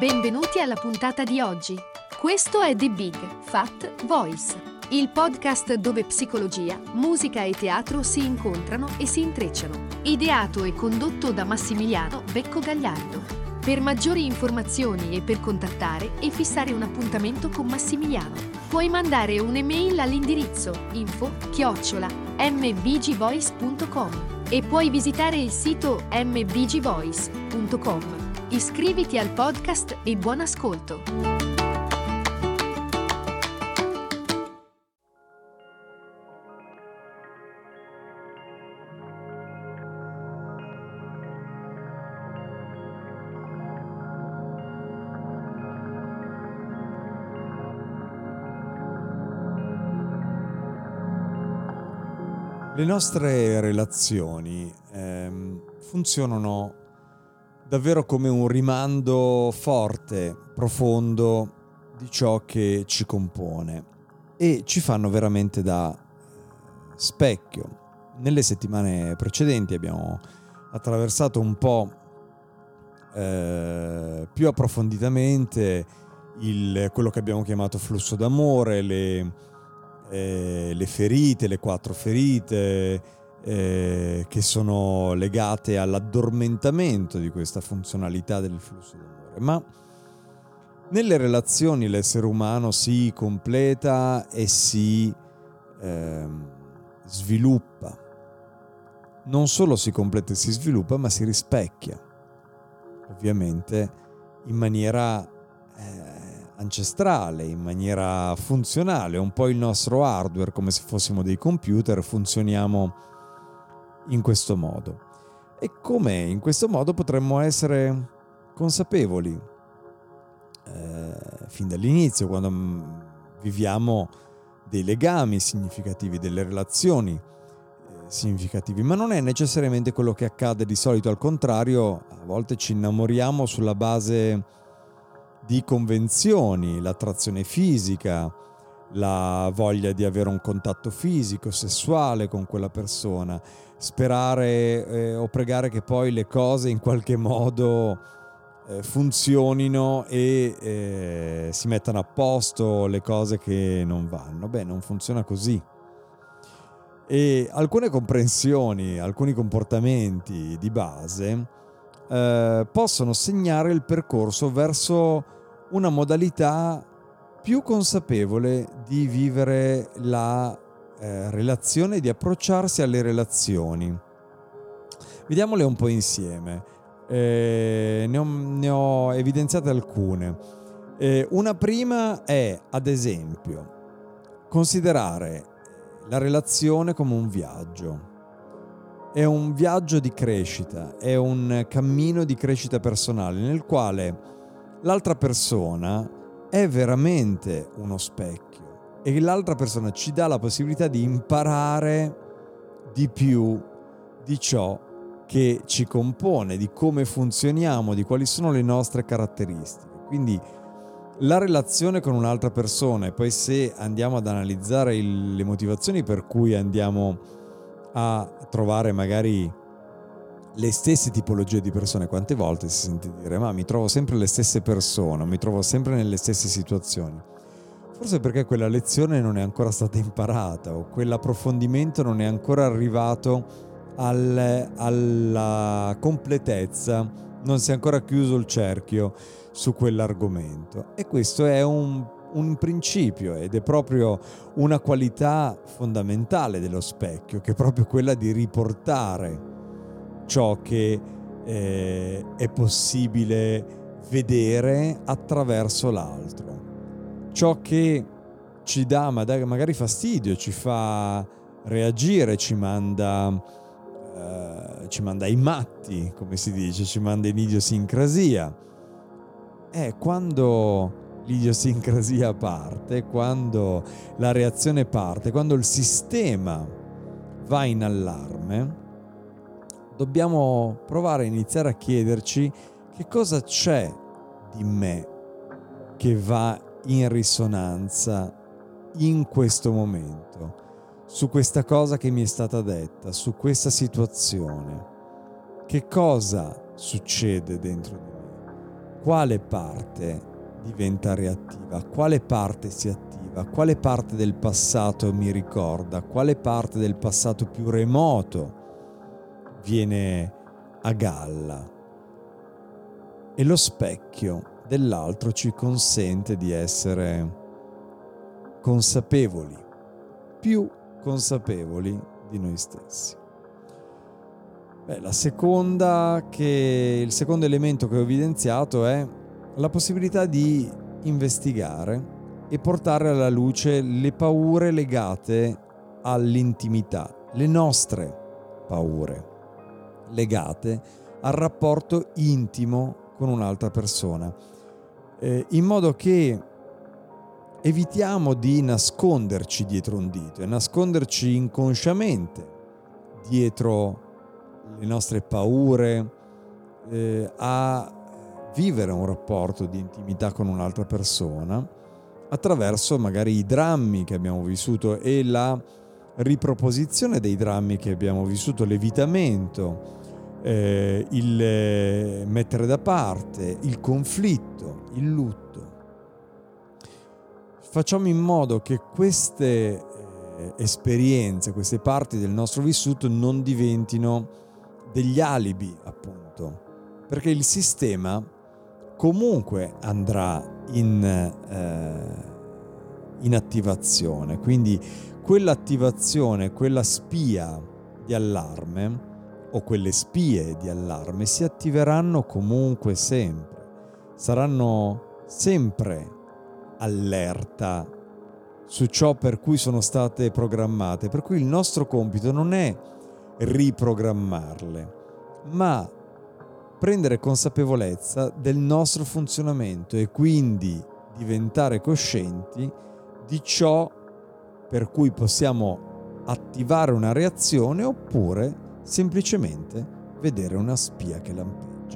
Benvenuti alla puntata di oggi. Questo è The Big Fat Voice, il podcast dove psicologia, musica e teatro si incontrano e si intrecciano. Ideato e condotto da Massimiliano Becco Gagliardo. Per maggiori informazioni e per contattare e fissare un appuntamento con Massimiliano, puoi mandare un'email all'indirizzo info@mbgvoice.com e puoi visitare il sito mbgvoice.com. Iscriviti al podcast e buon ascolto! Le nostre relazioni funzionano davvero come un rimando forte, profondo di ciò che ci compone e ci fanno veramente da specchio. Nelle settimane precedenti abbiamo attraversato un po' più approfonditamente quello che abbiamo chiamato flusso d'amore, le ferite, le 4 ferite che sono legate all'addormentamento di questa funzionalità del flusso d'amore. Ma nelle relazioni l'essere umano si completa e si sviluppa. Non solo si completa e si sviluppa, ma si rispecchia, ovviamente in maniera ancestrale, in maniera funzionale, un po' il nostro hardware, come se fossimo dei computer, funzioniamo in questo modo. E come in questo modo potremmo essere consapevoli fin dall'inizio, quando viviamo dei legami significativi, delle relazioni significativi, ma non è necessariamente quello che accade di solito. Al contrario, a volte ci innamoriamo sulla base di convenzioni, l'attrazione fisica, la voglia di avere un contatto fisico, sessuale con quella persona, sperare o pregare che poi le cose in qualche modo funzionino e si mettano a posto le cose che non vanno. Beh, non funziona così. E alcune comprensioni, alcuni comportamenti di base possono segnare il percorso verso una modalità più consapevole di vivere la relazione e di approcciarsi alle relazioni. Vediamole un po' insieme. Ne ho evidenziate alcune. Una prima è, ad esempio, considerare la relazione come un viaggio. È un viaggio di crescita, è un cammino di crescita personale nel quale l'altra persona è veramente uno specchio e l'altra persona ci dà la possibilità di imparare di più di ciò che ci compone, di come funzioniamo, di quali sono le nostre caratteristiche. Quindi la relazione con un'altra persona, e poi se andiamo ad analizzare le motivazioni per cui andiamo a trovare magari le stesse tipologie di persone, quante volte si sente dire ma mi trovo sempre le stesse persone, mi trovo sempre nelle stesse situazioni? Forse perché quella lezione non è ancora stata imparata o quell'approfondimento non è ancora arrivato alla completezza, non si è ancora chiuso il cerchio su quell'argomento. E questo è un principio ed è proprio una qualità fondamentale dello specchio, che è proprio quella di riportare ciò che è possibile vedere attraverso l'altro, ciò che ci dà magari fastidio, ci fa reagire, ci manda ai matti, come si dice, ci manda in idiosincrasia. Quando l'idiosincrasia parte, quando la reazione parte, quando il sistema va in allarme, dobbiamo provare a iniziare a chiederci che cosa c'è di me che va in risonanza in questo momento, su questa cosa che mi è stata detta, su questa situazione. Che cosa succede dentro di me? quale parte diventa reattiva, quale parte si attiva, quale parte del passato mi ricorda, quale parte del passato più remoto viene a galla. E lo specchio dell'altro ci consente di essere consapevoli, più consapevoli di noi stessi. Il secondo elemento che ho evidenziato è la possibilità di investigare e portare alla luce le paure legate all'intimità, le nostre paure legate al rapporto intimo con un'altra persona, in modo che evitiamo di nasconderci dietro un dito e nasconderci inconsciamente dietro le nostre paure a vivere un rapporto di intimità con un'altra persona attraverso magari i drammi che abbiamo vissuto e la riproposizione dei drammi che abbiamo vissuto, l'evitamento, il mettere da parte, il conflitto, il lutto. Facciamo in modo che queste esperienze, queste parti del nostro vissuto non diventino degli alibi, appunto, perché il sistema comunque andrà in attivazione, quindi quell'attivazione, quella spia di allarme o quelle spie di allarme si attiveranno comunque sempre, saranno sempre allerta su ciò per cui sono state programmate, per cui il nostro compito non è riprogrammarle, ma prendere consapevolezza del nostro funzionamento e quindi diventare coscienti di ciò per cui possiamo attivare una reazione oppure semplicemente vedere una spia che lampeggia.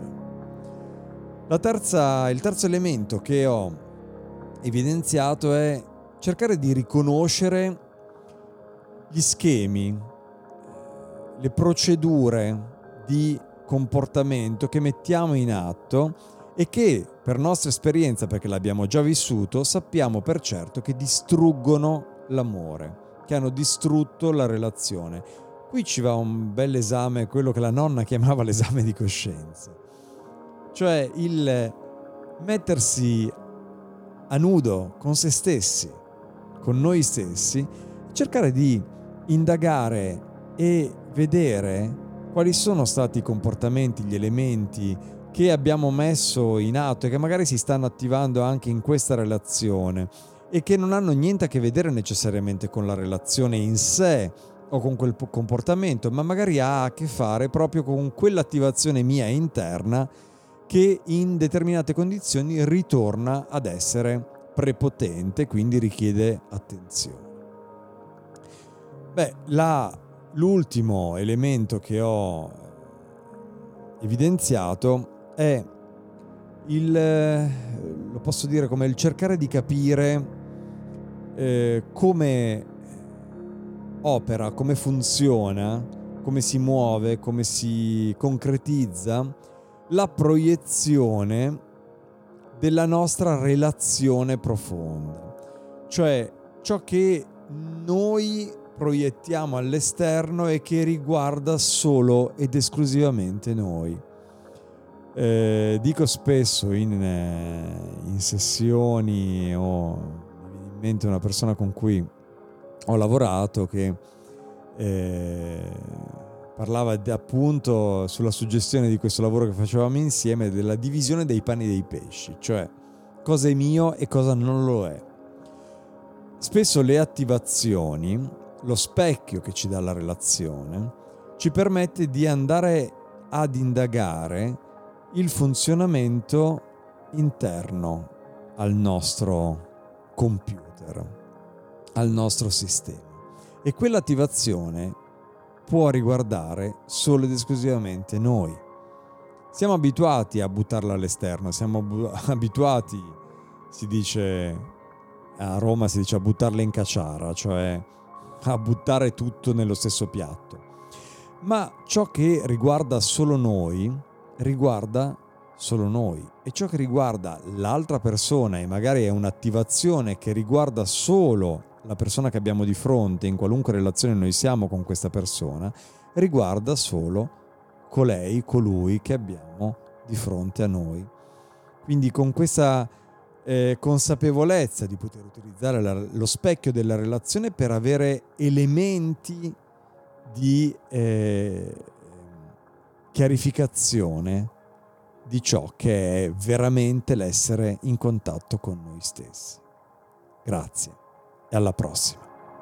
Il terzo elemento che ho evidenziato è cercare di riconoscere gli schemi, le procedure di comportamento che mettiamo in atto e che per nostra esperienza, perché l'abbiamo già vissuto, sappiamo per certo che distruggono l'amore, che hanno distrutto la relazione. Qui ci va un bel esame, quello che la nonna chiamava l'esame di coscienza, cioè il mettersi a nudo con se stessi, con noi stessi, cercare di indagare e vedere quali sono stati i comportamenti, gli elementi che abbiamo messo in atto e che magari si stanno attivando anche in questa relazione e che non hanno niente a che vedere necessariamente con la relazione in sé o con quel comportamento, ma magari ha a che fare proprio con quell'attivazione mia interna che in determinate condizioni ritorna ad essere prepotente, quindi richiede attenzione. L'ultimo elemento che ho evidenziato è lo posso dire come il cercare di capire come opera, come funziona, come si muove, come si concretizza la proiezione della nostra relazione profonda, cioè ciò che noi proiettiamo all'esterno e che riguarda solo ed esclusivamente noi. Dico spesso in sessioni o mi viene in mente una persona con cui ho lavorato che parlava appunto sulla suggestione di questo lavoro che facevamo insieme, della divisione dei pani e dei pesci, cioè cosa è mio e cosa non lo è. Spesso le attivazioni, lo specchio che ci dà la relazione, ci permette di andare ad indagare il funzionamento interno al nostro computer, al nostro sistema. E quell'attivazione può riguardare solo ed esclusivamente noi. Siamo abituati a buttarla all'esterno, siamo abituati, si dice a Roma, si dice a buttarla in caciara, cioè a buttare tutto nello stesso piatto. Ma ciò che riguarda solo noi riguarda solo noi, e ciò che riguarda l'altra persona, e magari è un'attivazione che riguarda solo la persona che abbiamo di fronte, in qualunque relazione noi siamo con questa persona, riguarda solo colui che abbiamo di fronte a noi. Quindi con questa consapevolezza di poter utilizzare lo specchio della relazione per avere elementi di chiarificazione di ciò che è veramente l'essere in contatto con noi stessi. Grazie e alla prossima.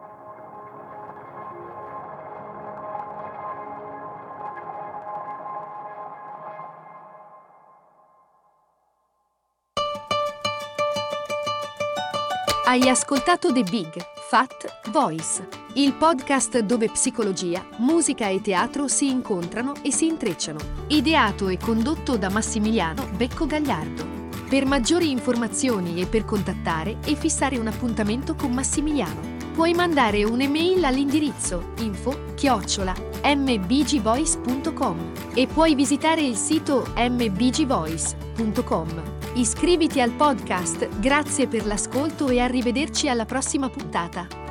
Hai ascoltato The Big Fat Voice, il podcast dove psicologia, musica e teatro si incontrano e si intrecciano. Ideato e condotto da Massimiliano Becco Gagliardo. Per maggiori informazioni e per contattare e fissare un appuntamento con Massimiliano, puoi mandare un'email all'indirizzo info@mbgvoice.com e puoi visitare il sito mbgvoice.com. Iscriviti al podcast, grazie per l'ascolto e arrivederci alla prossima puntata.